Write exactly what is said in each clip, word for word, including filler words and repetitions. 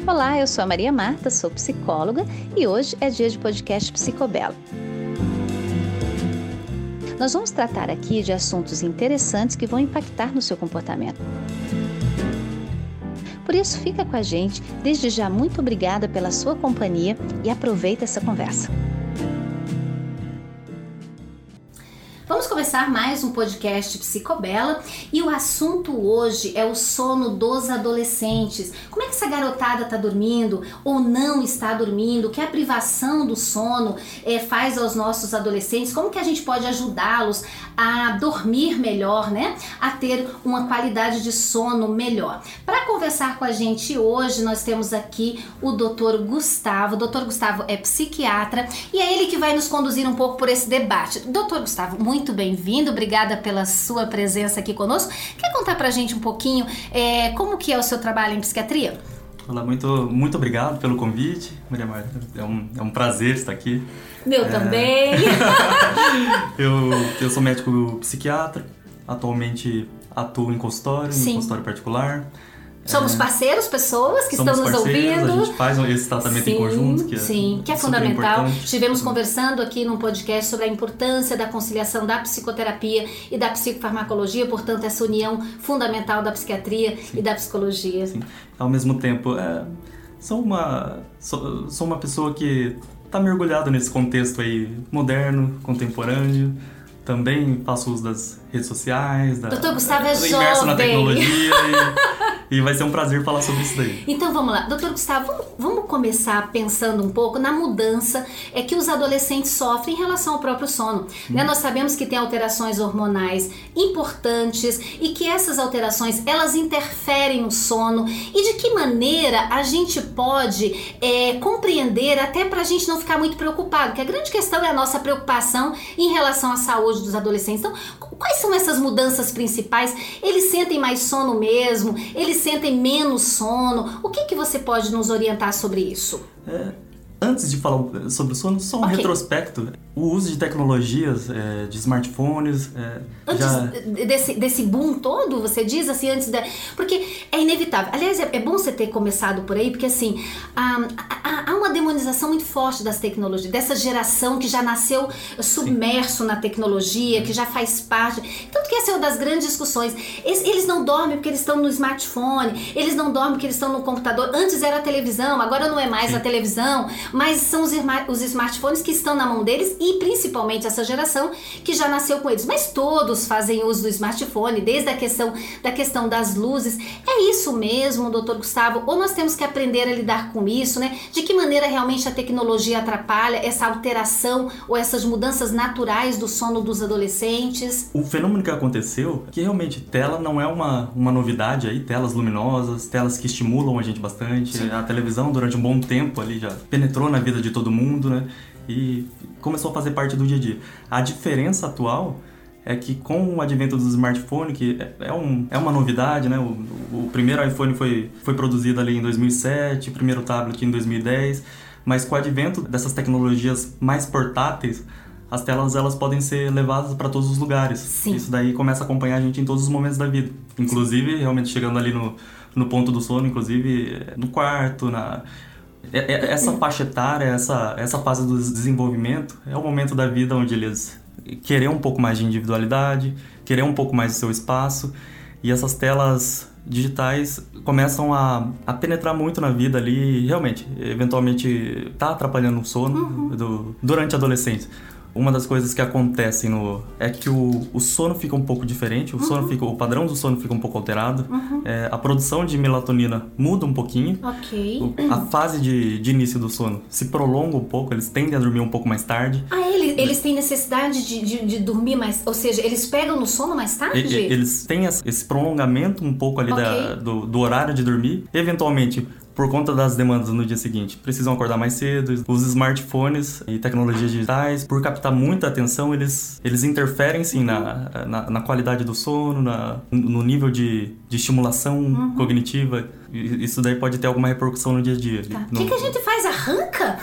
Olá, eu sou a Maria Marta, sou psicóloga e hoje é dia de podcast Psicobela. Nós vamos tratar aqui de assuntos interessantes que vão impactar no seu comportamento. Por isso, fica com a gente. Desde já, muito obrigada pela sua companhia e aproveita essa conversa. Vamos começar mais um podcast Psicobela e o assunto hoje é o sono dos adolescentes. Como é que essa garotada está dormindo ou não está dormindo? O que a privação do sono é, faz aos nossos adolescentes? Como que a gente pode ajudá-los a dormir melhor, né? A ter uma qualidade de sono melhor. Para conversar com a gente hoje, nós temos aqui o doutor Gustavo. O doutor Gustavo é psiquiatra e é ele que vai nos conduzir um pouco por esse debate. doutor Gustavo, muito Muito bem-vindo, obrigada pela sua presença aqui conosco. Quer contar pra gente um pouquinho é, como que é o seu trabalho em psiquiatria? Olá, muito, muito obrigado pelo convite, Maria Marta. É um, é um prazer estar aqui. Meu é... também. eu, eu sou médico psiquiatra, atualmente atuo em consultório, Sim. em consultório particular. Somos parceiros, pessoas que Somos estão nos ouvindo. A gente faz esse tratamento sim, em conjunto, que é, sim, que é fundamental. Estivemos conversando aqui num podcast sobre a importância da conciliação da psicoterapia e da psicofarmacologia, portanto, essa união fundamental da psiquiatria sim. e da psicologia. Sim. Ao mesmo tempo, é, sou, uma, sou, sou uma pessoa que está mergulhada nesse contexto aí moderno, contemporâneo. Também faço uso das redes sociais, da, doutor Gustavo é jovem. Imerso na tecnologia e, e vai ser um prazer falar sobre isso daí. Então vamos lá, doutor Gustavo, vamos, vamos começar pensando um pouco na mudança é que os adolescentes sofrem em relação ao próprio sono. Hum. Né? Nós sabemos que tem alterações hormonais importantes e que essas alterações elas interferem no sono e de que maneira a gente pode é, compreender até para a gente não ficar muito preocupado, que a grande questão é a nossa preocupação em relação à saúde dos adolescentes. Então, quais são essas mudanças principais? Eles sentem mais sono mesmo? Eles sentem menos sono? O que, que você pode nos orientar sobre isso? É, antes de falar sobre o sono, só um okay. retrospecto. O uso de tecnologias, é, de smartphones... É, antes já... desse, desse boom todo, você diz assim, antes da... Porque é inevitável. Aliás, é, é bom você ter começado por aí, porque assim, há, há, há uma demonização muito forte das tecnologias, dessa geração que já nasceu submerso Sim. na tecnologia, que já faz parte... Tanto que essa é uma das grandes discussões. Eles, eles não dormem porque eles estão no smartphone, eles não dormem porque eles estão no computador. Antes era a televisão, agora não é mais Sim. a televisão, mas são os, os smartphones que estão na mão deles e principalmente essa geração que já nasceu com eles. Mas todos fazem uso do smartphone, desde a questão, da questão das luzes. É isso mesmo, doutor Gustavo? Ou nós temos que aprender a lidar com isso, né? De que maneira realmente a tecnologia atrapalha essa alteração ou essas mudanças naturais do sono dos adolescentes? O fenômeno que aconteceu, que realmente tela não é uma, uma novidade aí, telas luminosas, telas que estimulam a gente bastante. Sim. A televisão durante um bom tempo ali já penetrou na vida de todo mundo, né? E começou a fazer parte do dia a dia. A diferença atual é que com o advento do smartphone, que é, um, é uma novidade, né? O, o primeiro iPhone foi, foi produzido ali em dois mil e sete, o primeiro tablet em dois mil e dez, mas com o advento dessas tecnologias mais portáteis, as telas elas podem ser levadas para todos os lugares. Sim. Isso daí começa a acompanhar a gente em todos os momentos da vida. Inclusive, Sim. realmente chegando ali no, no ponto do sono, inclusive no quarto, na... Essa faixa etária, essa, essa fase do desenvolvimento é o momento da vida onde eles querem um pouco mais de individualidade, querer um pouco mais do seu espaço, e essas telas digitais começam a, a penetrar muito na vida ali e realmente, eventualmente tá atrapalhando o sono uhum. do, durante a adolescência. Uma das coisas que acontecem no, é que o, o sono fica um pouco diferente, o, uhum. sono fica, o padrão do sono fica um pouco alterado, uhum. é, a produção de melatonina muda um pouquinho, okay. o, a fase de, de início do sono se prolonga um pouco, eles tendem a dormir um pouco mais tarde. Ah, eles, eles têm necessidade de, de, de dormir mais, ou seja, eles pegam no sono mais tarde? E, eles têm esse prolongamento um pouco ali okay. da, do, do horário de dormir, eventualmente... Por conta das demandas no dia seguinte, precisam acordar mais cedo. Os smartphones e tecnologias digitais, por captar muita atenção, eles, eles interferem sim na, na, na qualidade do sono, na, no nível de, de estimulação uhum. cognitiva. Isso daí pode ter alguma repercussão no dia a dia. Tá. O no... que, que a gente faz? Arranca?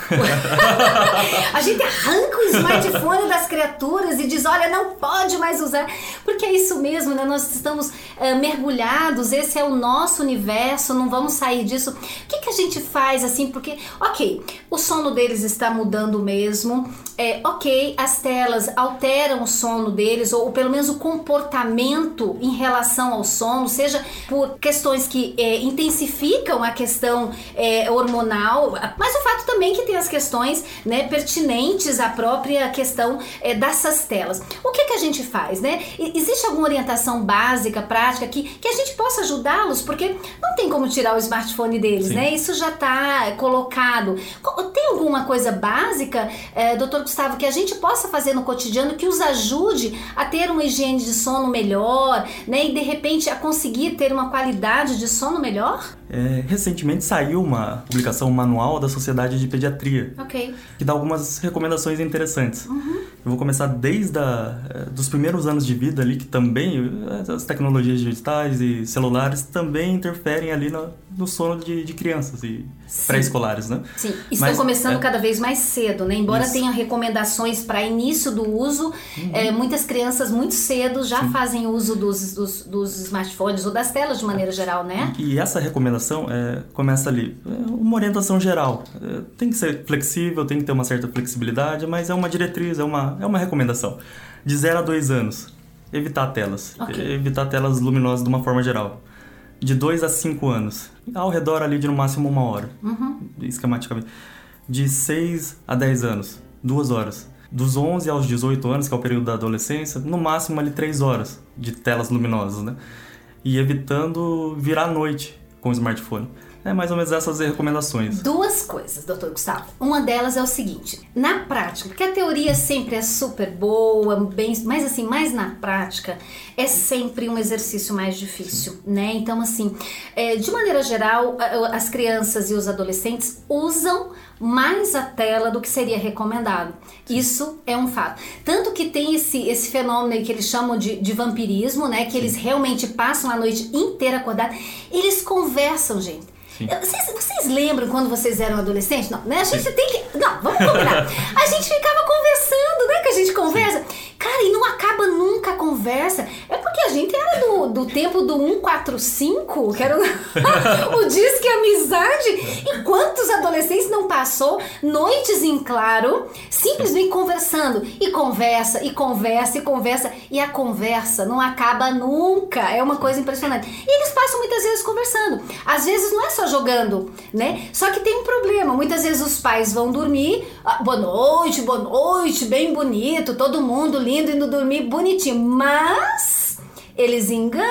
A gente arranca o smartphone das criaturas e diz, olha, não pode mais usar. Porque é isso mesmo, né? Nós estamos uh, mergulhados, esse é o nosso universo, não vamos sair disso. O que, que a gente faz assim? Porque, ok, o sono deles está mudando mesmo, é, ok, as telas alteram o sono deles, ou, ou pelo menos o comportamento em relação ao sono, seja por questões que é, intensificam a questão é, hormonal, mas o fato também que tem as questões, né, pertinentes à própria questão é, dessas telas. O que, que a gente faz, né? Existe alguma orientação básica, prática que, que a gente possa ajudá-los? Porque não tem como tirar o smartphone deles, Sim. né? Isso já está colocado. Tem alguma coisa básica, é, doutor Gustavo, que a gente possa fazer no cotidiano que os ajude a ter uma higiene de sono melhor, né? E de repente a conseguir ter uma qualidade de sono melhor? É, recentemente saiu uma publicação manual da Sociedade de Pediatria, okay. que dá algumas recomendações interessantes. Uhum. Eu vou começar desde a, dos primeiros anos de vida ali, que também as tecnologias digitais e celulares também interferem ali no, no sono de, de crianças e Sim. pré-escolares, né? Sim, estão Mas, começando é... cada vez mais cedo, né? Embora Isso. tenha recomendações para início do uso, uhum. é, muitas crianças muito cedo já Sim. fazem uso dos, dos, dos smartphones ou das telas de maneira geral, né? E, e essa recomendação é, começa ali, é uma orientação geral. É, tem que ser flexível, tem que ter uma certa flexibilidade, mas é uma diretriz, é uma, é uma recomendação. De zero a dois anos, evitar telas. Okay. Evitar telas luminosas de uma forma geral. De dois a cinco anos, ao redor ali de no máximo uma hora, uhum. esquematicamente. De seis a dez anos, duas horas. Dos onze aos dezoito anos, que é o período da adolescência, no máximo ali três horas de telas luminosas, né? E evitando virar à noite com o smartphone. É mais ou menos essas recomendações. Duas coisas, doutor Gustavo. Uma delas é o seguinte, na prática, porque a teoria sempre é super boa, bem, mas assim, mais na prática, é sempre um exercício mais difícil, né? Então, assim, é, de maneira geral, as crianças e os adolescentes usam mais a tela do que seria recomendado. Isso é um fato. Tanto que tem esse, esse fenômeno aí que eles chamam de, de vampirismo, né? Que Sim. eles realmente passam a noite inteira acordados. Eles conversam, gente. Vocês, vocês lembram quando vocês eram adolescentes? Não, né? A gente Sim. tem que... Não, vamos combinar. A gente ficava conversando, né? Que a gente conversa. Sim. Cara, e não acaba nunca a conversa. É porque a gente era do, do tempo do cento e quarenta e cinco, que era o, o Disque Amizade. E quantos adolescentes não passou noites em claro, simplesmente conversando. E conversa, e conversa, e conversa. E a conversa não acaba nunca. É uma coisa impressionante. E eles passam muitas vezes conversando. Às vezes não é só jogando, né? Só que tem um problema. Muitas vezes os pais vão dormir. Ah, boa noite, boa noite, bem bonito, todo mundo lindo, indo dormir bonitinho. Mas eles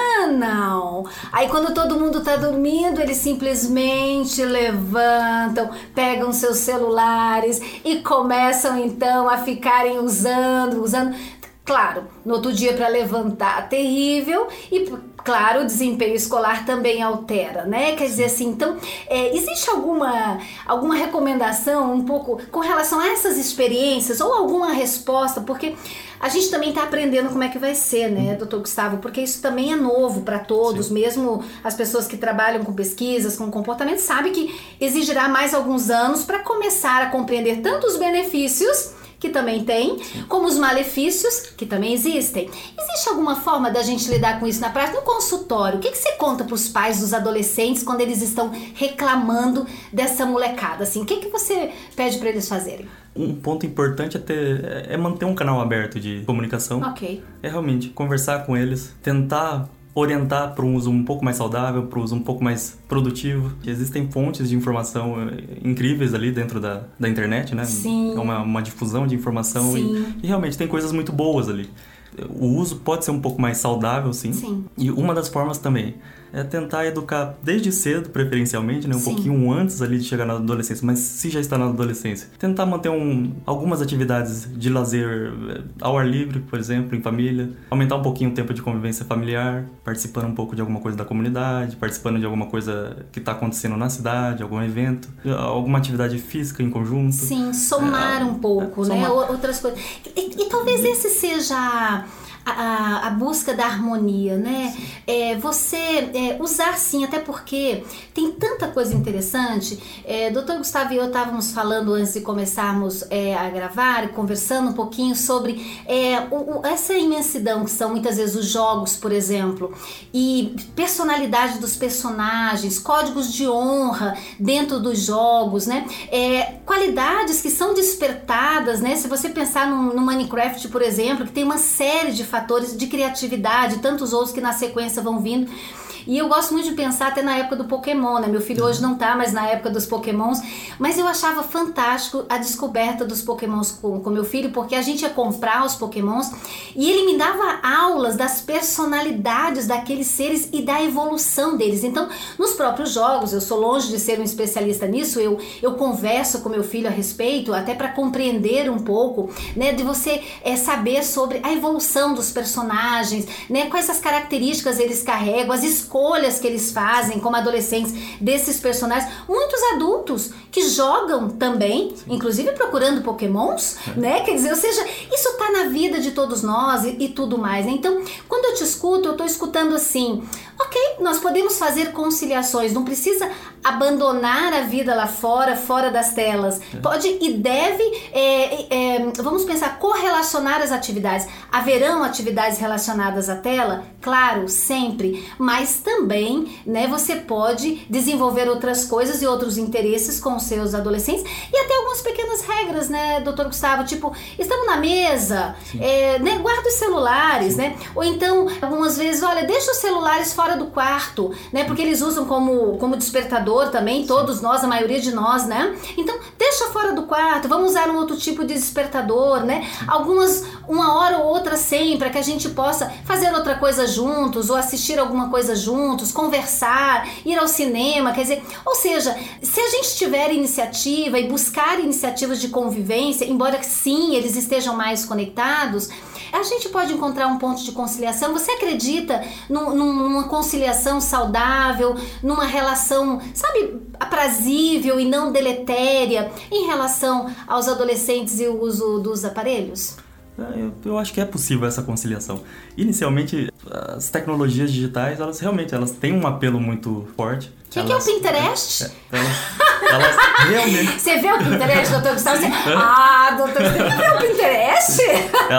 enganam. Aí quando todo mundo tá dormindo, eles simplesmente levantam, pegam seus celulares e começam então a ficarem usando, usando. Claro, no outro dia para levantar, terrível, e claro, o desempenho escolar também altera, né? Quer dizer assim, então, é, existe alguma, alguma recomendação um pouco com relação a essas experiências ou alguma resposta? Porque a gente também está aprendendo como é que vai ser, né, doutor Gustavo? Porque isso também é novo para todos, Sim. mesmo as pessoas que trabalham com pesquisas, com comportamento, sabem que exigirá mais alguns anos para começar a compreender tanto os benefícios que também tem, como os malefícios, que também existem. Existe alguma forma da gente lidar com isso na prática? No consultório, o que, que você conta para os pais dos adolescentes quando eles estão reclamando dessa molecada? Assim, o que, que você pede para eles fazerem? Um ponto importante é, ter, é manter um canal aberto de comunicação. Ok. É realmente conversar com eles, tentar orientar para um uso um pouco mais saudável, para um uso um pouco mais produtivo. Existem fontes de informação incríveis ali dentro da, da internet, né? Sim. É uma, uma difusão de informação sim. e, e realmente tem coisas muito boas ali. O uso pode ser um pouco mais saudável, sim. sim. E uma das formas também é tentar educar desde cedo, preferencialmente, né? Um sim. pouquinho antes ali de chegar na adolescência, mas se já está na adolescência. Tentar manter um, algumas atividades de lazer ao ar livre, por exemplo, em família. Aumentar um pouquinho o tempo de convivência familiar, participando um pouco de alguma coisa da comunidade, participando de alguma coisa que está acontecendo na cidade, algum evento, alguma atividade física em conjunto. Sim, somar é, um pouco, é, né? Somar. Outras coisas. E, e talvez esse seja a, a busca da harmonia, né? É, você é, usar sim, até porque tem tanta coisa interessante. É, doutor Gustavo e eu estávamos falando antes de começarmos é, a gravar, conversando um pouquinho sobre é, o, o, essa imensidão que são muitas vezes os jogos, por exemplo, e personalidade dos personagens, códigos de honra dentro dos jogos, né? É, qualidades que são despertadas, né? Se você pensar no, no Minecraft, por exemplo, que tem uma série de fatores de criatividade, tantos outros que na sequência vão vindo. E eu gosto muito de pensar até na época do Pokémon, né? Meu filho hoje não tá, mas na época dos Pokémons. Mas eu achava fantástico a descoberta dos Pokémons com, com meu filho, porque a gente ia comprar os Pokémons e ele me dava aulas das personalidades daqueles seres e da evolução deles. Então, nos próprios jogos, eu sou longe de ser um especialista nisso, eu, eu converso com meu filho a respeito, até para compreender um pouco, né? De você é, saber sobre a evolução dos personagens, né? Quais as características eles carregam, as escolhas escolhas que eles fazem como adolescentes desses personagens. Muitos adultos que jogam também, sim, inclusive procurando Pokémons, é. né? Quer dizer, ou seja, isso tá na vida de todos nós e, e tudo mais, né? Então, quando eu te escuto, eu tô escutando assim, ok, nós podemos fazer conciliações, não precisa abandonar a vida lá fora, fora das telas. É. Pode e deve, é, é, vamos pensar, correlacionar as atividades. Haverão atividades relacionadas à tela? Claro, sempre, mas também, né, você pode desenvolver outras coisas e outros interesses com os seus adolescentes e até algumas pequenas regras, né, doutor Gustavo, tipo, estamos na mesa, é, né, guarda os celulares, sim, né, ou então, algumas vezes, olha, deixa os celulares fora do quarto, né, porque eles usam como, como despertador também, sim, todos nós, a maioria de nós, né, então, deixa fora do quarto, vamos usar um outro tipo de despertador, né, sim, algumas, uma hora ou outra sem, para que a gente possa fazer outra coisa juntos, ou assistir alguma coisa juntos, conversar, ir ao cinema, quer dizer, ou seja, se a gente tiver iniciativa e buscar iniciativas de convivência, embora sim, eles estejam mais conectados, a gente pode encontrar um ponto de conciliação. Você acredita num, numa conciliação saudável, numa relação, sabe, aprazível e não deletéria em relação aos adolescentes e o uso dos aparelhos? Eu, eu acho que é possível essa conciliação. Inicialmente, as tecnologias digitais, elas realmente elas têm um apelo muito forte. O que, elas, que é o Pinterest? É, elas, elas realmente... Você vê o Pinterest, doutor Gustavo? Você... Ah, doutor Gustavo, você vê o Pinterest? É,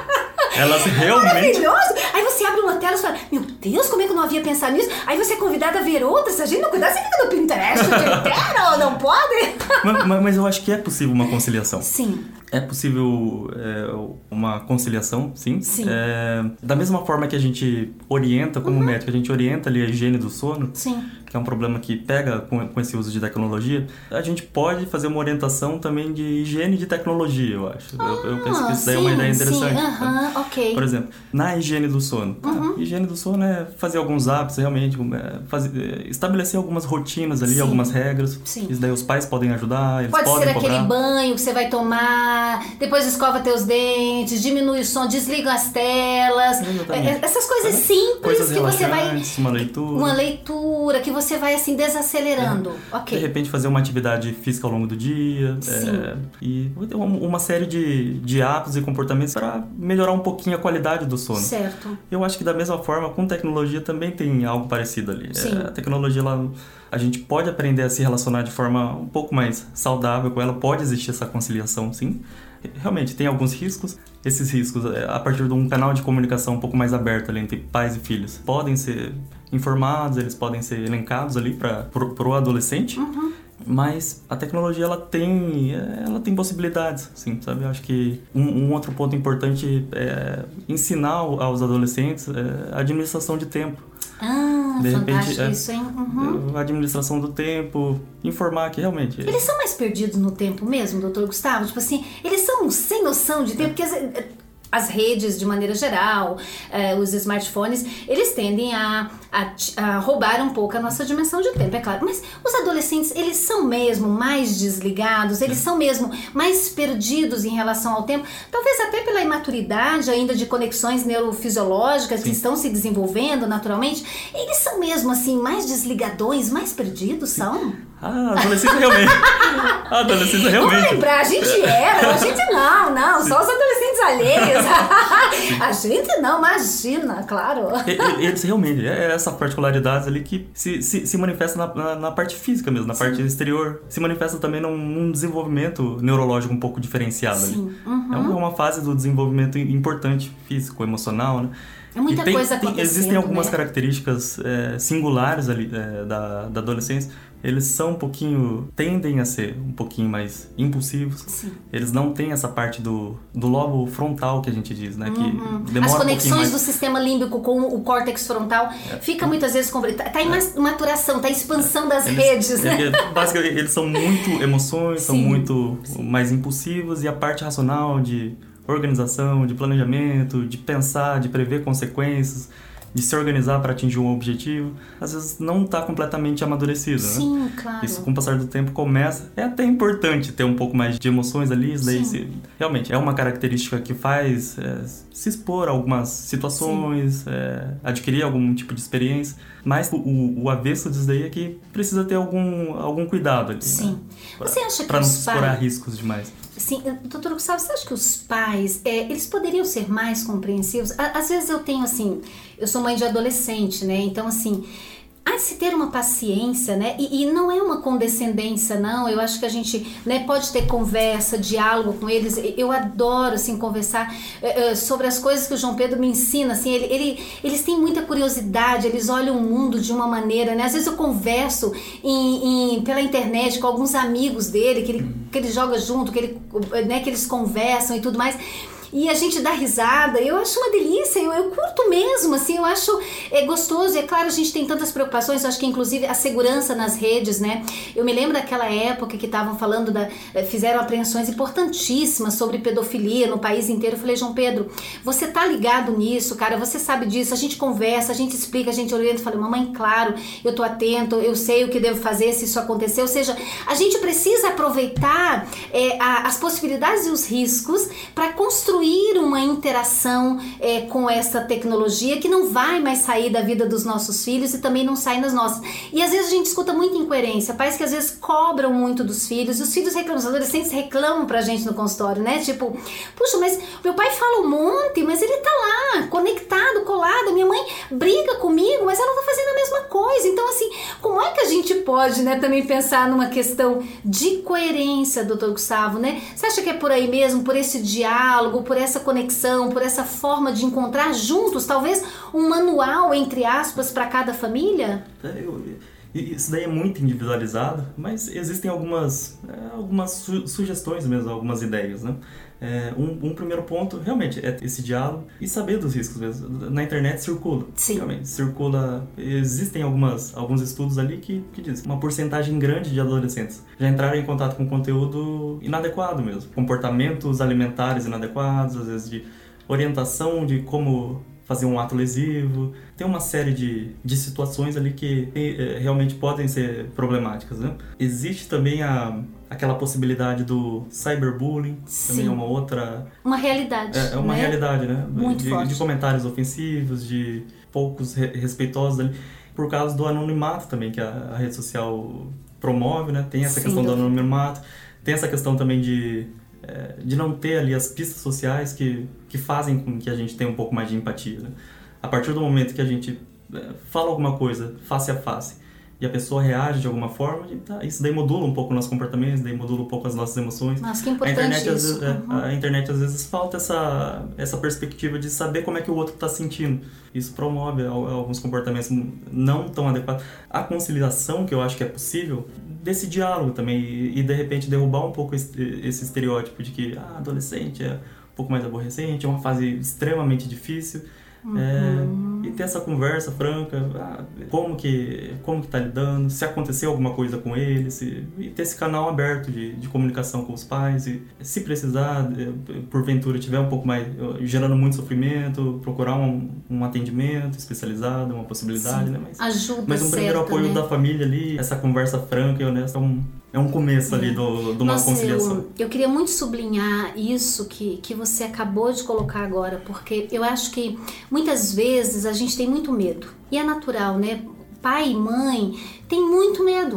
é, elas realmente... Maravilhoso! Aí você abre uma tela e fala, meu Deus, como é que eu não havia pensado nisso? Aí você é convidado a ver outras, se a gente não cuidar, você fica no Pinterest o dia inteiro, não pode? Mas, mas, mas eu acho que é possível uma conciliação. Sim. É possível é, uma conciliação, sim. Sim. É, da mesma forma que a gente orienta, como uhum. médico, a gente orienta ali a higiene do sono, sim, que é um problema que pega com, com esse uso de tecnologia, a gente pode fazer uma orientação também de higiene de tecnologia, eu acho. Ah, eu, eu penso que isso daí sim, é uma ideia interessante. Sim, uh-huh, ok. Por exemplo, na higiene do sono. Uhum. A higiene do sono é fazer alguns hábitos, realmente, é fazer, estabelecer algumas rotinas ali, sim, algumas regras. Sim. Isso daí os pais podem ajudar, eles pode podem ser cobrar. Aquele banho que você vai tomar, depois escova teus dentes, diminui o som, desliga as telas, é, essas coisas simples coisas que você vai... uma leitura. Uma leitura, que você vai assim desacelerando. É. Ok. De repente fazer uma atividade física ao longo do dia. É, e uma série de, de hábitos e comportamentos para melhorar um pouquinho a qualidade do sono. Certo. Eu acho que da mesma forma, com tecnologia também tem algo parecido ali. Sim. É, a tecnologia, ela, a gente pode aprender a se relacionar de forma um pouco mais saudável com ela, pode existir essa conciliação, sim. Realmente, tem alguns riscos. Esses riscos, a partir de um canal de comunicação um pouco mais aberto ali entre pais e filhos, podem ser informados, eles podem ser elencados ali para o adolescente. Uhum. Mas a tecnologia, ela tem, ela tem possibilidades, assim, sabe? Eu acho que um, um outro ponto importante é ensinar aos adolescentes é a administração de tempo. Ah, de fantástico repente, é, isso, hein? Uhum. A administração do tempo, informar que realmente... Eles são mais perdidos no tempo mesmo, doutor Gustavo? Tipo assim, eles são sem noção de tempo, porque... As, as redes, de maneira geral, eh, os smartphones, eles tendem a, a, a roubar um pouco a nossa dimensão de tempo, é claro. Mas os adolescentes, eles são mesmo mais desligados, eles são mesmo mais perdidos em relação ao tempo, talvez até pela imaturidade ainda de conexões neurofisiológicas, sim, que estão se desenvolvendo naturalmente. Eles são mesmo assim, mais desligadões, mais perdidos, sim, são? Ah, a adolescência realmente. A adolescência realmente. Vamos lembrar, a gente era, a gente não, não, sim, só os adolescentes alheios. A gente não, imagina, claro. Eles realmente, é essa particularidade ali que se, se, se manifesta na, na, na parte física mesmo, na Sim. parte exterior. Se manifesta também num, num desenvolvimento neurológico um pouco diferenciado Sim. ali. Uhum. É uma fase do desenvolvimento importante, físico, emocional, né? É muita tem, coisa tem, acontecendo, Existem algumas né? características é, singulares ali é, da, da adolescência. Eles são um pouquinho, tendem a ser um pouquinho mais impulsivos. Sim. Eles não têm essa parte do, do lobo frontal que a gente diz, né? Que uhum. demora As conexões um mais... do sistema límbico com o córtex frontal é. fica muitas vezes... Tá, tá em é. maturação, tá em expansão das eles, redes, né? Eles, basicamente, eles são muito emoções, Sim. são muito Sim. mais impulsivos. E a parte racional de organização, de planejamento, de pensar, de prever consequências, de se organizar para atingir um objetivo, às vezes não está completamente amadurecido, Sim, né? claro. Isso, com o passar do tempo, começa... É até importante ter um pouco mais de emoções ali, isso daí se, realmente é uma característica que faz é, se expor a algumas situações, é, adquirir algum tipo de experiência, mas o, o, o avesso disso daí é que precisa ter algum, algum cuidado ali, Sim. né? Pra, Você acha que para não se os expor a pais... riscos demais. Sim, doutor Gustavo, você acha que os pais, é, eles poderiam ser mais compreensivos? Às vezes eu tenho assim, eu sou mãe de adolescente, né? Então assim, há de se ter uma paciência, né? E, e não é uma condescendência, não. Eu acho que a gente, né, pode ter conversa, diálogo com eles. Eu adoro, assim, conversar uh, sobre as coisas que o João Pedro me ensina, assim. Ele, ele, eles têm muita curiosidade, eles olham o mundo de uma maneira, né? Às vezes eu converso em, em, pela internet com alguns amigos dele, que ele, que ele joga junto, que, ele, né, que eles conversam e tudo mais. E a gente dá risada, eu acho uma delícia, eu, eu curto mesmo, assim, eu acho é, gostoso. E é claro, a gente tem tantas preocupações, eu acho que inclusive a segurança nas redes, né? Eu me lembro daquela época que estavam falando, da, fizeram apreensões importantíssimas sobre pedofilia no país inteiro. Eu falei, João Pedro, você tá ligado nisso, cara, você sabe disso, a gente conversa, a gente explica, a gente orienta. Eu falei, mamãe, claro, eu tô atento, eu sei o que devo fazer se isso acontecer. Ou seja, a gente precisa aproveitar é, a, as possibilidades e os riscos para construir uma interação é, com essa tecnologia que não vai mais sair da vida dos nossos filhos e também não sai nas nossas. E às vezes a gente escuta muita incoerência, pais que às vezes cobram muito dos filhos, e os filhos reclamam, os adolescentes reclamam pra gente no consultório, né? Tipo, puxa, mas meu pai fala um monte, mas ele tá lá, conectado, colado, minha mãe briga comigo, mas ela tá fazendo a mesma coisa. Então, assim, como é que a gente pode, né, também pensar numa questão de coerência, doutor Gustavo, né? Você acha que é por aí mesmo, por esse diálogo, por essa conexão, por essa forma de encontrar juntos, talvez um manual, entre aspas, para cada família? É, eu, isso daí é muito individualizado, mas existem algumas, é, algumas su- sugestões mesmo, algumas ideias, né? É, um, um primeiro ponto, realmente, é esse diálogo e saber dos riscos mesmo. Na internet circula. Sim. Realmente, circula. Existem algumas, alguns estudos ali que, que dizem uma porcentagem grande de adolescentes já entraram em contato com conteúdo inadequado mesmo. Comportamentos alimentares inadequados, às vezes de orientação de como fazer um ato lesivo. Tem uma série de, de situações ali que é, realmente podem ser problemáticas, né? Existe também a... aquela possibilidade do cyberbullying, Sim. também é uma outra... Uma realidade, É, é uma né? realidade, né? Muito de, forte. De comentários ofensivos, de poucos re- respeitosos ali, por causa do anonimato também, que a, a rede social promove, né? Tem essa Sim, questão do dúvida. anonimato, tem essa questão também de, é, de não ter ali as pistas sociais que, que fazem com que a gente tenha um pouco mais de empatia, né? A partir do momento que a gente é, fala alguma coisa face a face, e a pessoa reage de alguma forma, e tá, isso daí modula um pouco o nosso comportamento, daí modula um pouco as nossas emoções. Nossa, que importante a internet, isso. Às vezes, Uhum. é, a internet às vezes falta essa, essa perspectiva de saber como é que o outro está sentindo. Isso promove alguns comportamentos não tão adequados. A conciliação, que eu acho que é possível, desse diálogo também, e, e de repente derrubar um pouco esse, esse estereótipo de que ah, adolescente é um pouco mais aborrecente, é uma fase extremamente difícil. Uhum. É, e ter essa conversa franca, ah, como que como que tá lidando, se aconteceu alguma coisa com ele, se, e ter esse canal aberto de, de comunicação com os pais, e se precisar, porventura tiver um pouco mais, gerando muito sofrimento, procurar um, um atendimento especializado, uma possibilidade, Sim. né? Mas, Ajuda mas um primeiro certa, apoio né? da família ali, essa conversa franca e honesta, é um, é um começo ali do, de uma Nossa, conciliação. Eu, eu queria muito sublinhar isso que, que você acabou de colocar agora, porque eu acho que muitas vezes a gente tem muito medo. E é natural, né? Pai e mãe tem muito medo.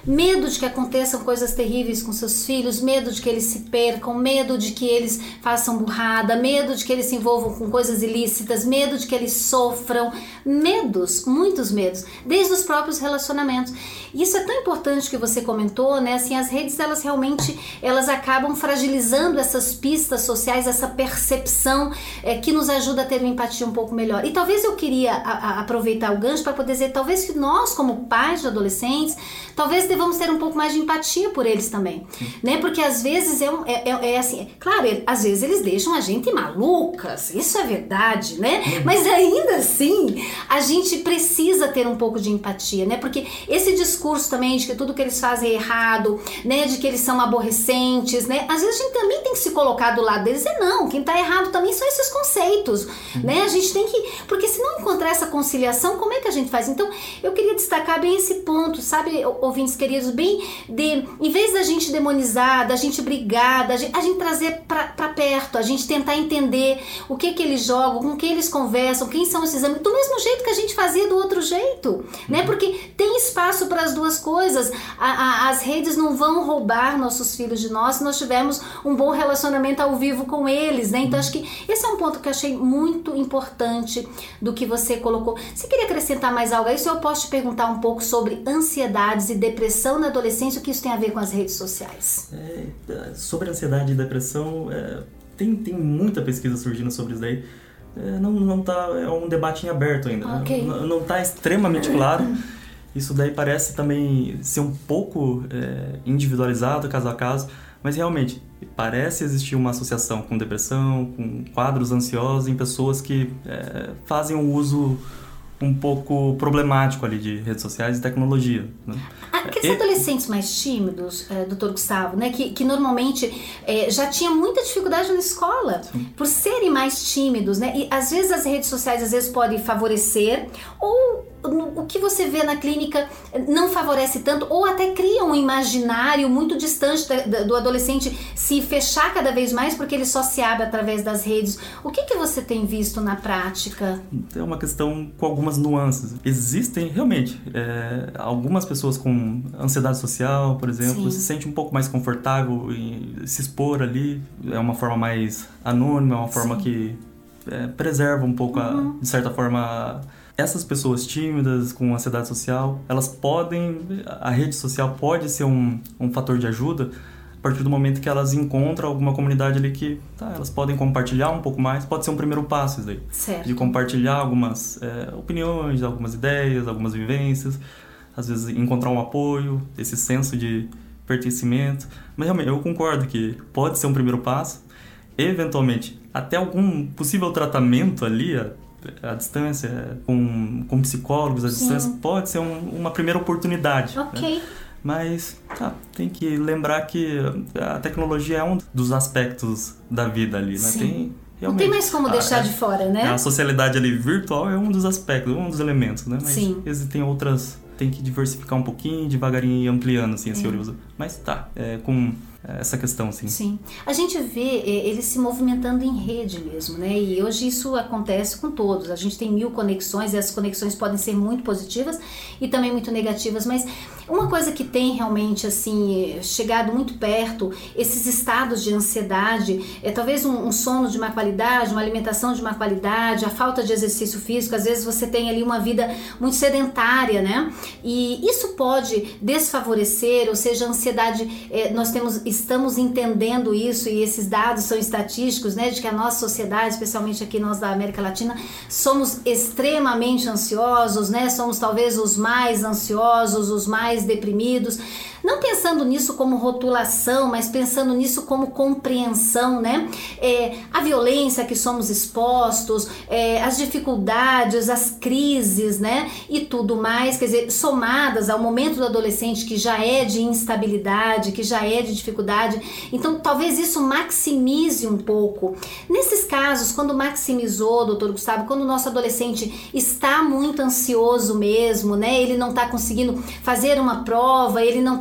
medo de que aconteçam coisas terríveis com seus filhos, medo de que eles se percam, medo de que eles façam burrada, medo de que eles se envolvam com coisas ilícitas, medo de que eles sofram, medos, muitos medos, desde os próprios relacionamentos. E isso é tão importante que você comentou, né? Assim, as redes, elas realmente, elas acabam fragilizando essas pistas sociais, essa percepção é, que nos ajuda a ter uma empatia um pouco melhor. E talvez eu queria a, a, aproveitar o gancho para poder dizer, talvez que nós, como pais de adolescentes, talvez devamos ter um pouco mais de empatia por eles também, né? Porque às vezes é, um, é, é, é assim, é, claro, é, às vezes eles deixam a gente malucas, isso é verdade, né? Uhum. Mas ainda assim, a gente precisa ter um pouco de empatia, né? Porque esse discurso também de que tudo que eles fazem é errado, né? De que eles são aborrecentes, né? Às vezes a gente também tem que se colocar do lado deles e dizer, não, quem tá errado também são esses conceitos, uhum. né? A gente tem que, porque se não encontrar essa conciliação, como é que a gente faz? Então, eu queria destacar bem esse ponto, sabe, ouvintes queridos, bem de, em vez da gente demonizar, da gente brigar, da gente, a gente trazer pra, pra perto, a gente tentar entender o que que eles jogam, com quem eles conversam, quem são esses amigos, do mesmo jeito que a gente fazia do outro jeito, né? Porque tem espaço para as duas coisas. A, a, as redes não vão roubar nossos filhos de nós se nós tivermos um bom relacionamento ao vivo com eles, né? Então acho que esse é um ponto que eu achei muito importante do que você colocou. Você queria acrescentar mais algo a isso? Eu posso te perguntar um pouco sobre ansiedades e depressão na adolescência, o que isso tem a ver com as redes sociais? É, sobre ansiedade e depressão, é, tem, tem muita pesquisa surgindo sobre isso daí. É, não, não tá, é um debate em aberto ainda. Okay. Não, não tá extremamente claro. Isso daí parece também ser um pouco é, individualizado, caso a caso, mas realmente parece existir uma associação com depressão, com quadros ansiosos em pessoas que é, fazem um uso um pouco problemático ali de redes sociais e tecnologia, né? Aqueles e... adolescentes mais tímidos, é, doutor Gustavo, né, que, que normalmente é, já tinham muita dificuldade na escola, sim, por serem mais tímidos, né? E às vezes as redes sociais às vezes podem favorecer, ou o que você vê na clínica não favorece tanto, ou até cria um imaginário muito distante do adolescente se fechar cada vez mais porque ele só se abre através das redes. O que, que você tem visto na prática? É uma questão com algumas nuances. Existem realmente é, algumas pessoas com ansiedade social, por exemplo, sim, se sente um pouco mais confortável em se expor ali, é uma forma mais anônima, é uma forma, sim, que é, preserva um pouco, uhum, a, de certa forma. Essas pessoas tímidas, com ansiedade social, elas podem, a rede social pode ser um, um fator de ajuda a partir do momento que elas encontram alguma comunidade ali que, tá, elas podem compartilhar um pouco mais, pode ser um primeiro passo isso daí. Certo. De compartilhar algumas é, opiniões, algumas ideias, algumas vivências, às vezes encontrar um apoio, esse senso de pertencimento. Mas realmente, eu concordo que pode ser um primeiro passo, eventualmente, até algum possível tratamento ali, a, a distância, com, com psicólogos, a, sim, distância pode ser um, uma primeira oportunidade. Ok. Né? Mas tá, tem que lembrar que a tecnologia é um dos aspectos da vida ali, né? Sim. Tem, não tem mais como a, deixar de fora, né? A socialidade ali virtual é um dos aspectos, um dos elementos, né? Mas sim, existem outras, tem que diversificar um pouquinho, devagarinho e ampliando assim, esse uso. Mas tá, é, com essa questão, sim. Sim. A gente vê eles se movimentando em rede mesmo, né? E hoje isso acontece com todos. A gente tem mil conexões e as conexões podem ser muito positivas e também muito negativas, mas uma coisa que tem realmente, assim, chegado muito perto, esses estados de ansiedade, é talvez um, um sono de má qualidade, uma alimentação de má qualidade, a falta de exercício físico, às vezes você tem ali uma vida muito sedentária, né? E isso pode desfavorecer, ou seja, a ansiedade, é, nós temos, estamos entendendo isso e esses dados são estatísticos, né? De que a nossa sociedade, especialmente aqui nós da América Latina, somos extremamente ansiosos, né? Somos talvez os mais ansiosos, os mais deprimidos, não pensando nisso como rotulação, mas pensando nisso como compreensão, né? É, a violência que somos expostos, é, as dificuldades, as crises, né? E tudo mais, quer dizer, somadas ao momento do adolescente que já é de instabilidade, que já é de dificuldade, então talvez isso maximize um pouco. Nesses casos, quando maximizou, doutor Gustavo, quando o nosso adolescente está muito ansioso mesmo, né? Ele não está conseguindo fazer uma prova, ele não está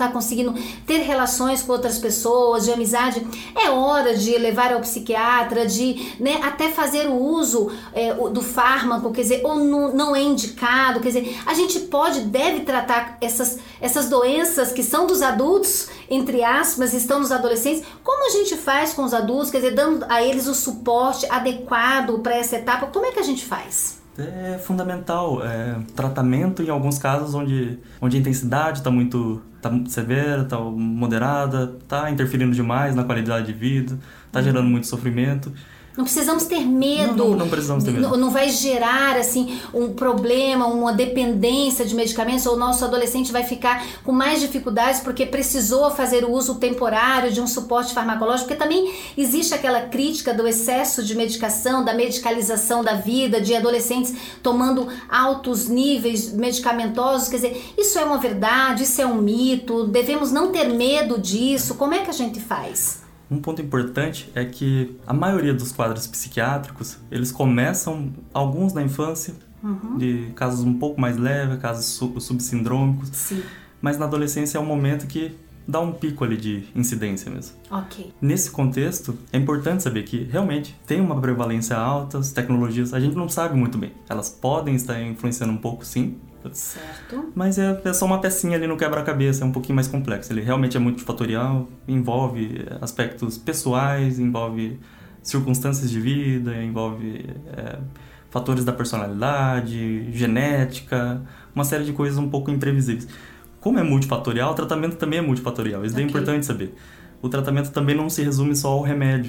está conseguindo ter relações com outras pessoas, de amizade, é hora de levar ao psiquiatra, de, né, até fazer o uso é, do fármaco, quer dizer, ou não, não é indicado, quer dizer, a gente pode, deve tratar essas, essas doenças que são dos adultos, entre aspas, estão nos adolescentes, como a gente faz com os adultos, quer dizer, dando a eles o suporte adequado para essa etapa, como é que a gente faz? É fundamental, é, tratamento em alguns casos onde, onde a intensidade está muito tá severa, está moderada, está interferindo demais na qualidade de vida, está gerando muito sofrimento. Não precisamos ter medo. Não, não, não precisamos ter medo. Não, não vai gerar assim, um problema, uma dependência de medicamentos, ou o nosso adolescente vai ficar com mais dificuldades porque precisou fazer o uso temporário de um suporte farmacológico, porque também existe aquela crítica do excesso de medicação, da medicalização da vida, de adolescentes tomando altos níveis medicamentosos. Quer dizer, isso é uma verdade, isso é um mito, devemos não ter medo disso. Como é que a gente faz? Um ponto importante é que a maioria dos quadros psiquiátricos, eles começam, alguns na infância, uhum. de casos um pouco mais leves, casos sub- subsindrômicos, Sim. mas na adolescência é um momento que dá um pico ali de incidência mesmo. Ok. Nesse contexto, é importante saber que realmente tem uma prevalência alta, as tecnologias, a gente não sabe muito bem. Elas podem estar influenciando um pouco, sim, certo. mas é, é só uma pecinha ali no quebra-cabeça, é um pouquinho mais complexo. Ele realmente é multifatorial, envolve aspectos pessoais, envolve circunstâncias de vida, envolve é, fatores da personalidade, genética, uma série de coisas um pouco imprevisíveis. Como é multifatorial, o tratamento também é multifatorial. Isso okay. é importante saber. O tratamento também não se resume só ao remédio.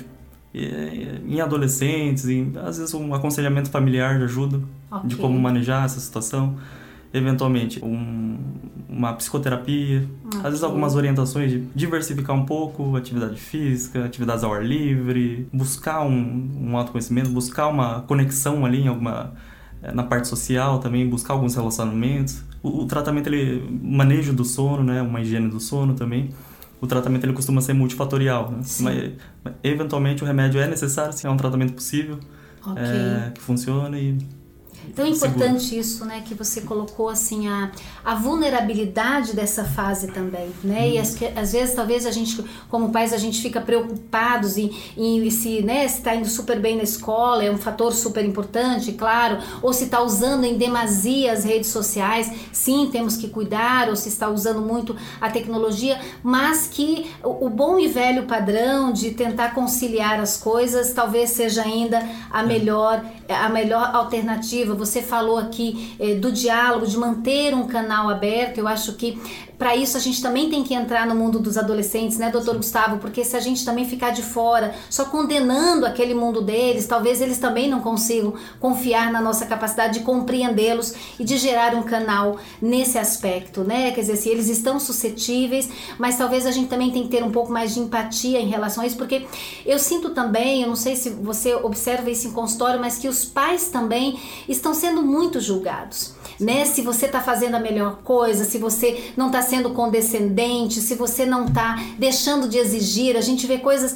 E, em adolescentes, em, às vezes um aconselhamento familiar ajuda okay. de como manejar essa situação. Eventualmente, um, uma psicoterapia, okay. às vezes algumas orientações de diversificar um pouco, atividade física, atividades ao ar livre, buscar um, um autoconhecimento, buscar uma conexão ali em alguma, na parte social também, buscar alguns relacionamentos. O, o tratamento, ele, manejo do sono, né, uma higiene do sono também, o tratamento ele costuma ser multifatorial, né? Mas, eventualmente o remédio é necessário, se é um tratamento possível, okay. é, que funciona e... Então é importante seguro. Isso, né, que você colocou assim a, a vulnerabilidade dessa fase também, né, hum. e as, às vezes talvez a gente, como pais, a gente fica preocupados em, em se, né, se está indo super bem na escola, é um fator super importante, claro, ou se está usando em demasia as redes sociais, sim, temos que cuidar, ou se está usando muito a tecnologia, mas que o, o bom e velho padrão de tentar conciliar as coisas talvez seja ainda a melhor, a melhor alternativa. Você falou aqui eh, do diálogo, de manter um canal aberto. Eu acho que para isso a gente também tem que entrar no mundo dos adolescentes, né, doutor Sim. Gustavo? Porque se a gente também ficar de fora, só condenando aquele mundo deles, talvez eles também não consigam confiar na nossa capacidade de compreendê-los e de gerar um canal nesse aspecto, né? Quer dizer, se eles estão suscetíveis, mas talvez a gente também tem que ter um pouco mais de empatia em relação a isso, porque eu sinto também, eu não sei se você observa isso em consultório, mas que os pais também estão sendo muito julgados, né? Se você está fazendo a melhor coisa, se você não está sendo condescendente, se você não está deixando de exigir, a gente vê coisas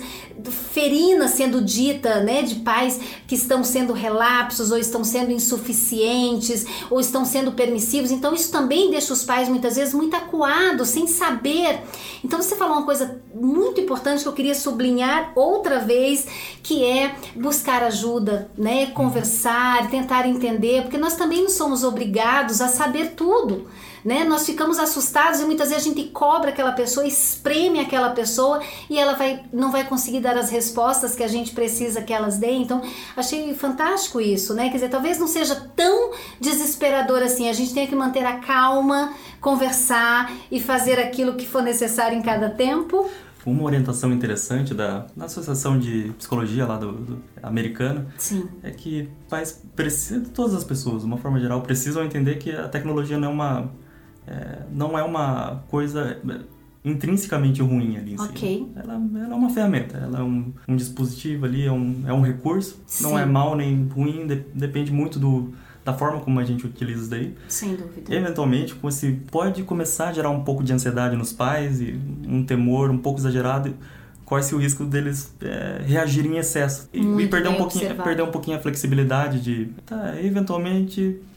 ferinas sendo ditas, né, de pais que estão sendo relapsos ou estão sendo insuficientes ou estão sendo permissivos. Então isso também deixa os pais muitas vezes muito acuados, sem saber. Então você falou uma coisa muito importante que eu queria sublinhar outra vez, que é buscar ajuda, né, conversar, tentar entender, porque nós também não somos obrigados a saber tudo, né? Nós ficamos assustados e muitas vezes a gente cobra aquela pessoa, espreme aquela pessoa e ela vai, não vai conseguir dar as respostas que a gente precisa que elas deem. Então achei fantástico isso, né? Quer dizer, talvez não seja tão desesperador assim, a gente tem que manter a calma, conversar e fazer aquilo que for necessário em cada tempo. Uma orientação interessante da, da Associação de Psicologia lá do, do americana Sim. é que pais precisam, todas as pessoas, de uma forma geral, precisam entender que a tecnologia não é uma, é, não é uma coisa intrinsecamente ruim ali em okay. si. Ela, ela é uma ferramenta, ela é um, um dispositivo ali, é um, é um recurso, Sim. não é mal nem ruim, de, depende muito do da forma como a gente utiliza isso daí. Sem dúvida. Eventualmente, assim, pode começar a gerar um pouco de ansiedade nos pais e um temor um pouco exagerado, corre-se o risco deles é, reagirem em excesso. E, e perder, um pouquinho, perder um pouquinho a flexibilidade de, tá, eventualmente,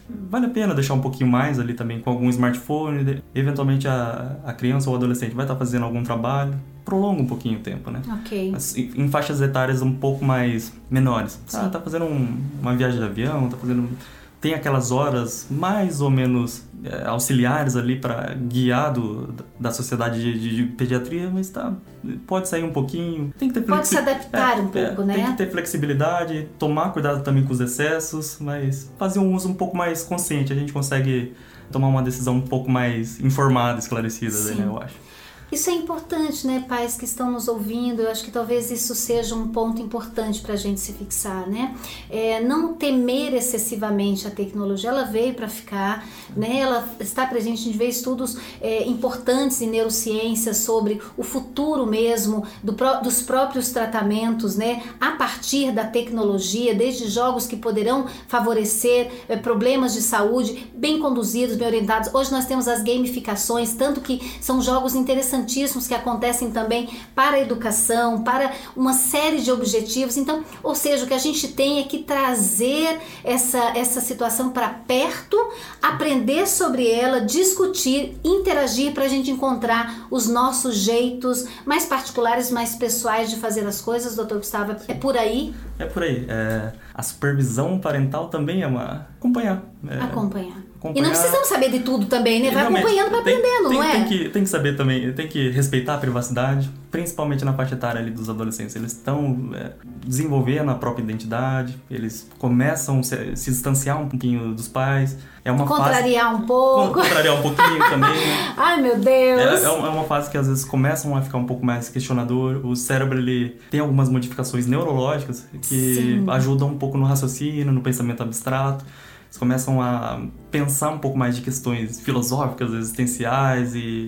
vale a pena deixar um pouquinho mais ali também com algum smartphone. Eventualmente a, a criança ou o adolescente vai estar fazendo algum trabalho, prolonga um pouquinho o tempo, né? Ok. Mas, em faixas etárias um pouco mais menores. Ah, tá fazendo um, uma viagem de avião, tá fazendo... Tem aquelas horas mais ou menos é, auxiliares ali para guiar do, da sociedade de, de, de pediatria, mas tá, pode sair um pouquinho. Tem que ter pode se adaptar é, um pouco, é, né? Tem que ter flexibilidade, tomar cuidado também com os excessos, mas fazer um uso um pouco mais consciente. A gente consegue tomar uma decisão um pouco mais informada, esclarecida, né, eu acho. Isso é importante, né, pais que estão nos ouvindo, eu acho que talvez isso seja um ponto importante para a gente se fixar, né? É, não temer excessivamente a tecnologia, ela veio para ficar, né? Ela está presente, a gente vê estudos é, importantes em neurociência sobre o futuro mesmo do, dos próprios tratamentos, né? A partir da tecnologia, desde jogos que poderão favorecer é, problemas de saúde, bem conduzidos, bem orientados. Hoje nós temos as gamificações, tanto que são jogos interessantíssimos que acontecem também para a educação, para uma série de objetivos. Então, ou seja, o que a gente tem é que trazer essa, essa situação para perto, aprender sobre ela, discutir, interagir para a gente encontrar os nossos jeitos mais particulares, mais pessoais de fazer as coisas. Doutor Gustavo, é por aí? É por aí. É, a supervisão parental também é uma... Acompanhar. É, acompanhar. acompanhar. E não precisamos saber de tudo também, né? Vai acompanhando, vai tem, aprendendo, tem, não é? Tem que, tem que saber também, tem que respeitar a privacidade, principalmente na faixa etária ali dos adolescentes. Eles estão é, desenvolvendo a própria identidade, eles começam a se, se distanciar um pouquinho dos pais. É uma contrariar fase, um pouco. Contrariar um pouquinho também, né? Ai, meu Deus! É, é uma fase que às vezes começam a ficar um pouco mais questionador. O cérebro, ele tem algumas modificações neurológicas que Sim. ajudam um pouco no raciocínio, no pensamento abstrato. Eles começam a pensar um pouco mais de questões filosóficas, existenciais e,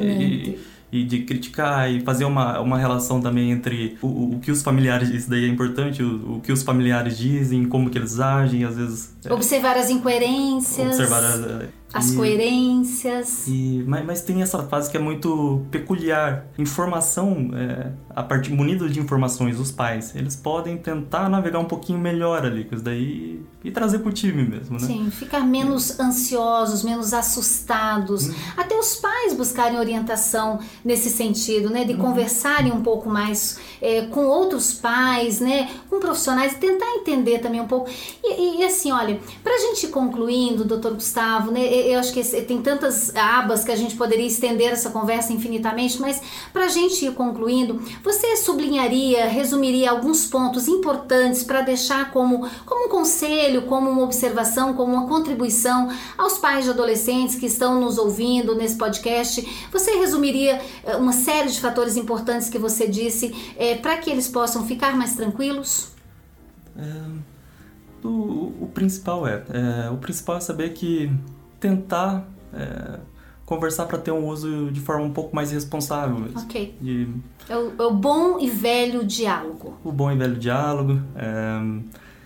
e, e de criticar e fazer uma, uma relação também entre o, o que os familiares, isso daí é importante, o, o que os familiares dizem, como que eles agem, às vezes... Observar é, as incoerências, observar as, as e, coerências. E, mas, mas tem essa fase que é muito peculiar. Informação, é, a partir, munido de informações, os pais, eles podem tentar navegar um pouquinho melhor ali com isso daí e trazer pro time mesmo, né? Sim, ficar menos é. ansiosos, menos assustados. Hum. Até os pais buscarem orientação nesse sentido, né? De hum. conversarem um pouco mais é, com outros pais, né? Com profissionais e tentar entender também um pouco. E, e assim, olha, pra gente ir concluindo, doutor Gustavo, né? Eu acho que tem tantas abas que a gente poderia estender essa conversa infinitamente, mas pra gente ir concluindo, você sublinharia, resumiria alguns pontos importantes para deixar como, como um conselho, como uma observação, como uma contribuição aos pais de adolescentes que estão nos ouvindo nesse podcast? Você resumiria uma série de fatores importantes que você disse é, para que eles possam ficar mais tranquilos? É, o, o principal é, é o principal é saber que tentar é, conversar para ter um uso de forma um pouco mais responsável mesmo. Ok. De, é, o, é o bom e velho diálogo. O bom e velho diálogo. É,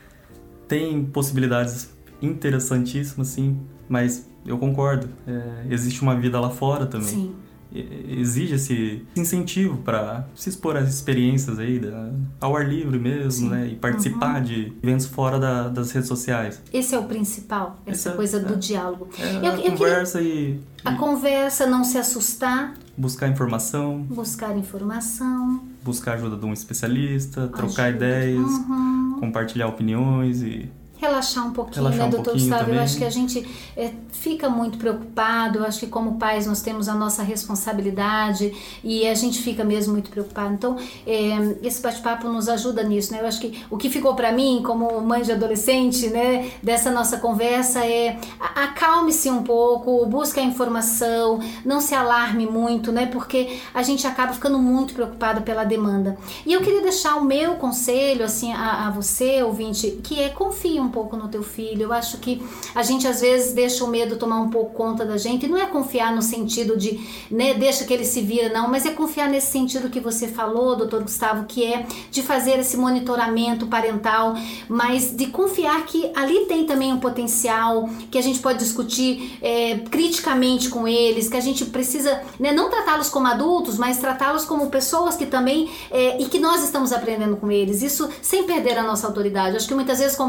tem possibilidades interessantíssimas, sim, mas eu concordo. É, existe uma vida lá fora também. Sim. Exige esse incentivo para se expor às experiências aí, da, ao ar livre mesmo, Sim. né? E participar uhum. de eventos fora da, das redes sociais. Esse é o principal, essa Esse coisa é, do é, diálogo. É eu, a eu conversa queria... e... A conversa, não se assustar. Buscar informação. Buscar informação. Buscar ajuda de um especialista, trocar ajuda. ideias, uhum. compartilhar opiniões e... Relaxar um pouquinho, Relaxar né, um doutor pouquinho Gustavo? também. Eu acho que a gente é, fica muito preocupado, eu acho que como pais nós temos a nossa responsabilidade e a gente fica mesmo muito preocupado. Então, é, esse bate-papo nos ajuda nisso, né? Eu acho que o que ficou para mim, como mãe de adolescente, né, dessa nossa conversa é acalme-se um pouco, busque a informação, não se alarme muito, né? Porque a gente acaba ficando muito preocupado pela demanda. E eu queria deixar o meu conselho, assim, a, a você, ouvinte, que é confie um um pouco no teu filho. Eu acho que a gente às vezes deixa o medo tomar um pouco conta da gente, e não é confiar no sentido de, né, deixa que ele se vira, não, mas é confiar nesse sentido que você falou, doutor Gustavo, que é de fazer esse monitoramento parental, mas de confiar que ali tem também um potencial, que a gente pode discutir é, criticamente com eles, que a gente precisa, né, não tratá-los como adultos, mas tratá-los como pessoas que também, é, e que nós estamos aprendendo com eles, isso sem perder a nossa autoridade. Acho que muitas vezes como pais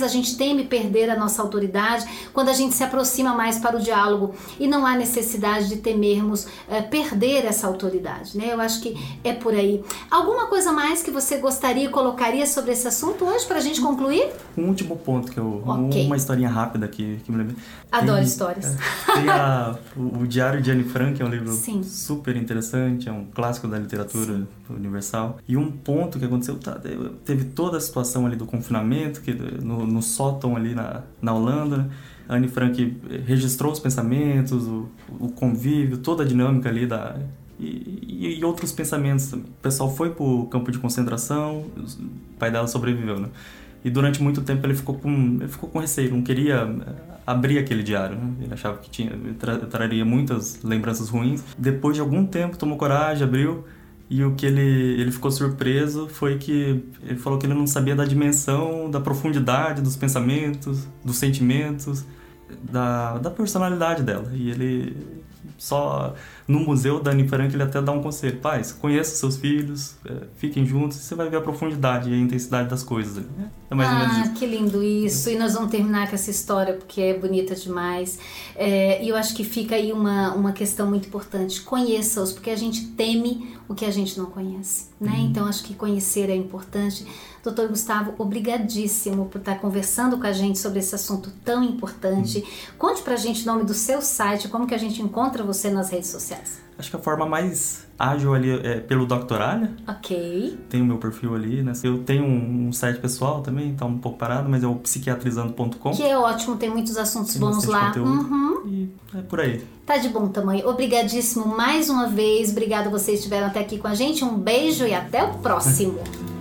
mais a gente teme perder a nossa autoridade quando a gente se aproxima mais para o diálogo e não há necessidade de temermos é, perder essa autoridade, né? Eu acho que é por aí. Alguma coisa mais que você gostaria, colocaria sobre esse assunto hoje para a gente concluir? Um último ponto que eu... Okay. Uma historinha rápida que, que me lembrei. Adoro tem, histórias. É, tem a, o, o Diário de Anne Frank, que é um livro Sim. super interessante, é um clássico da literatura Sim. universal. E um ponto que aconteceu, tá, teve toda a situação ali do confinamento, que no, no sótão ali na, na Holanda, né? A Anne Frank registrou os pensamentos, o, o convívio, toda a dinâmica ali da... E, e outros pensamentos também. O pessoal foi pro campo de concentração, o pai dela sobreviveu, né? E durante muito tempo ele ficou com, ele ficou com receio, não queria abrir aquele diário, né? Ele achava que tinha, tra, traria muitas lembranças ruins. Depois de algum tempo tomou coragem, abriu, e o que ele, ele ficou surpreso foi que ele falou que ele não sabia da dimensão, da profundidade dos pensamentos, dos sentimentos, da, da personalidade dela. E ele... Só no museu da Anne Frank ele até dá um conselho: pais, conheça seus filhos, é, fiquem juntos, e você vai ver a profundidade e a intensidade das coisas ali. É mais ah, ou menos isso. Que lindo isso, e nós vamos terminar com essa história porque é bonita demais. É, e eu acho que fica aí uma, uma questão muito importante: conheça-os, porque a gente teme o que a gente não conhece, né? Hum. Então acho que conhecer é importante. doutor Gustavo, obrigadíssimo por estar conversando com a gente sobre esse assunto tão importante. Hum. Conte pra gente o nome do seu site, como que a gente encontra você nas redes sociais. Acho que a forma mais ágil ali é pelo doutor Alia. Ok. Tem o meu perfil ali, né? Eu tenho um, um site pessoal também, tá um pouco parado, mas é o psiquiatrizando ponto com. Que é ótimo, tem muitos assuntos tem bons lá. Uhum. E é por aí. Tá de bom tamanho. Obrigadíssimo mais uma vez. Obrigada a vocês que estiveram até aqui com a gente. Um beijo e até o próximo.